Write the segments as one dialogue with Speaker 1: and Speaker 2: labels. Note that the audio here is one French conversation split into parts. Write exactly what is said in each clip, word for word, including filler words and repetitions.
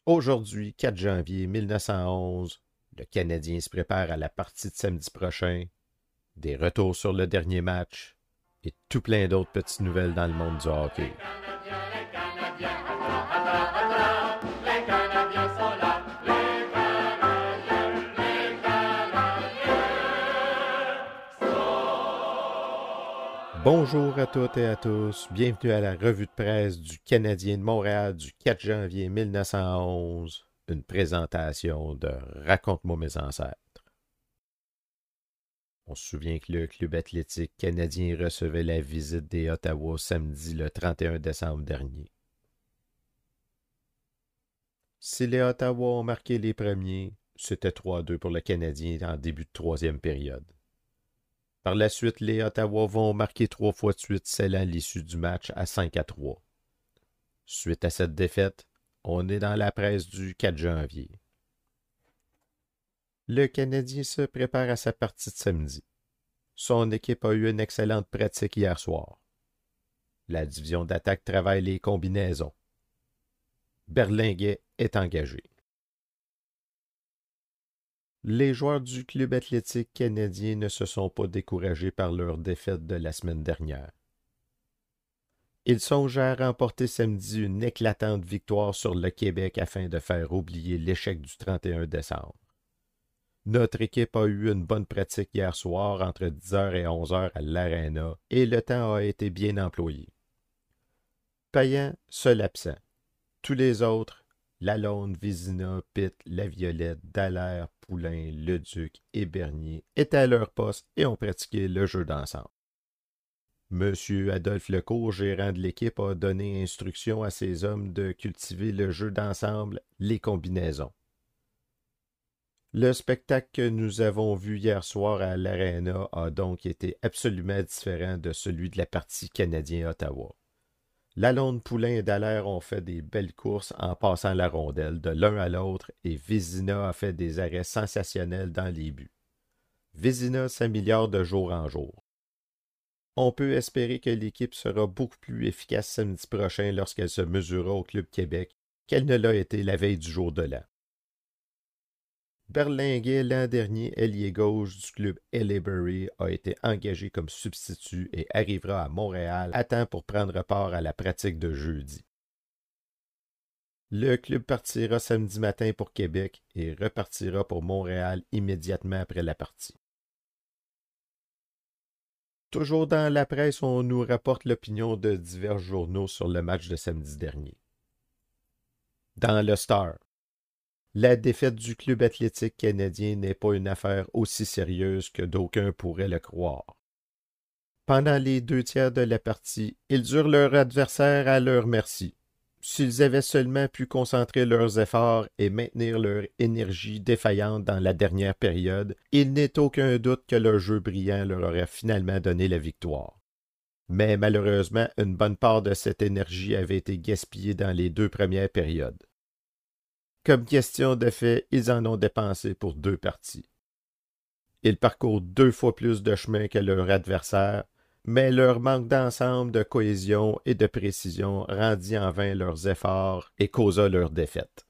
Speaker 1: Aujourd'hui, quatre janvier mille neuf cent onze, le Canadien se prépare à la partie de samedi prochain, des retours sur le dernier match et tout plein d'autres petites nouvelles dans le monde du hockey. Bonjour à toutes et à tous, bienvenue à la revue de presse du Canadien de Montréal du quatre janvier mille neuf cent onze, une présentation de Raconte-moi mes ancêtres. On se souvient que le club athlétique canadien recevait la visite des Ottawa samedi le trente et un décembre dernier. Si les Ottawa ont marqué les premiers, c'était trois à deux pour le Canadien en début de troisième période. Par la suite, les Ottawa vont marquer trois fois de suite, scellant l'issue du match à cinq à trois. Suite à cette défaite, on est dans la presse du quatre janvier. Le Canadien se prépare à sa partie de samedi. Son équipe a eu une excellente pratique hier soir. La division d'attaque travaille les combinaisons. Berlinguet est engagé. Les joueurs du club athlétique canadien ne se sont pas découragés par leur défaite de la semaine dernière. Ils songent à remporter samedi une éclatante victoire sur le Québec afin de faire oublier l'échec du trente et un décembre. Notre équipe a eu une bonne pratique hier soir entre dix heures et onze heures à l'Arena et le temps a été bien employé. Payan, seul absent. Tous les autres, Lalonde, Vézina, Pitt, Laviolette, Dallaire, Poulain, Leduc et Bernier étaient à leur poste et ont pratiqué le jeu d'ensemble. Monsieur Adolphe Lecourt, gérant de l'équipe, a donné instruction à ses hommes de cultiver le jeu d'ensemble, les combinaisons. Le spectacle que nous avons vu hier soir à l'Arena a donc été absolument différent de celui de la partie Canadien-Ottawa. Lalonde, Poulain et Dallaire ont fait des belles courses en passant la rondelle de l'un à l'autre et Vézina a fait des arrêts sensationnels dans les buts. Vézina s'améliore de jour en jour. On peut espérer que l'équipe sera beaucoup plus efficace samedi prochain lorsqu'elle se mesurera au Club Québec qu'elle ne l'a été la veille du jour de l'an. Berlinguet, l'an dernier ailier gauche du club Haileybury, a été engagé comme substitut et arrivera à Montréal à temps pour prendre part à la pratique de jeudi. Le club partira samedi matin pour Québec et repartira pour Montréal immédiatement après la partie. Toujours dans la presse, on nous rapporte l'opinion de divers journaux sur le match de samedi dernier. Dans le Star, la défaite du club athlétique canadien n'est pas une affaire aussi sérieuse que d'aucuns pourraient le croire. Pendant les deux tiers de la partie, ils durent leur adversaire à leur merci. S'ils avaient seulement pu concentrer leurs efforts et maintenir leur énergie défaillante dans la dernière période, il n'est aucun doute que leur jeu brillant leur aurait finalement donné la victoire. Mais malheureusement, une bonne part de cette énergie avait été gaspillée dans les deux premières périodes. Comme question de fait, ils en ont dépensé pour deux parties. Ils parcourent deux fois plus de chemin que leur adversaire, mais leur manque d'ensemble, de cohésion et de précision rendit en vain leurs efforts et causa leur défaite.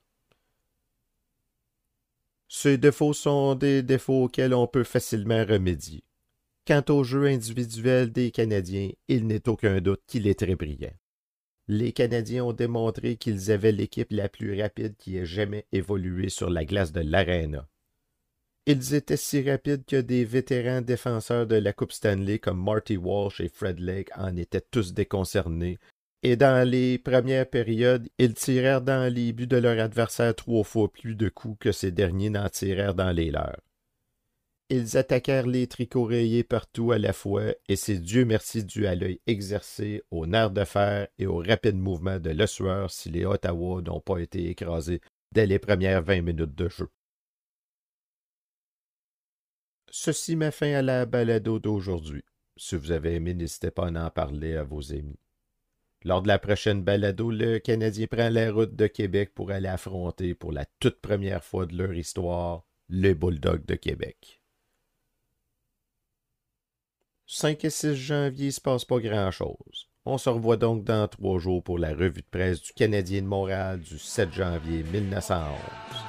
Speaker 1: Ces défauts sont des défauts auxquels on peut facilement remédier. Quant au jeu individuel des Canadiens, il n'est aucun doute qu'il est très brillant. Les Canadiens ont démontré qu'ils avaient l'équipe la plus rapide qui ait jamais évolué sur la glace de l'Arena. Ils étaient si rapides que des vétérans défenseurs de la Coupe Stanley comme Marty Walsh et Fred Lake en étaient tous déconcernés, et dans les premières périodes, ils tirèrent dans les buts de leur adversaire trois fois plus de coups que ces derniers n'en tirèrent dans les leurs. Ils attaquèrent les tricots rayés partout à la fois, et c'est Dieu merci dû à l'œil exercé, au nerf de fer et au rapide mouvement de l'ossueur si les Ottawa n'ont pas été écrasés dès les premières vingt minutes de jeu. Ceci met fin à la balado d'aujourd'hui. Si vous avez aimé, n'hésitez pas à en parler à vos amis. Lors de la prochaine balado, le Canadien prend la route de Québec pour aller affronter, pour la toute première fois de leur histoire, les Bulldogs de Québec. cinq et six janvier, il ne se passe pas grand-chose. On se revoit donc dans trois jours pour la revue de presse du Canadien de Montréal du sept janvier mille neuf cent onze.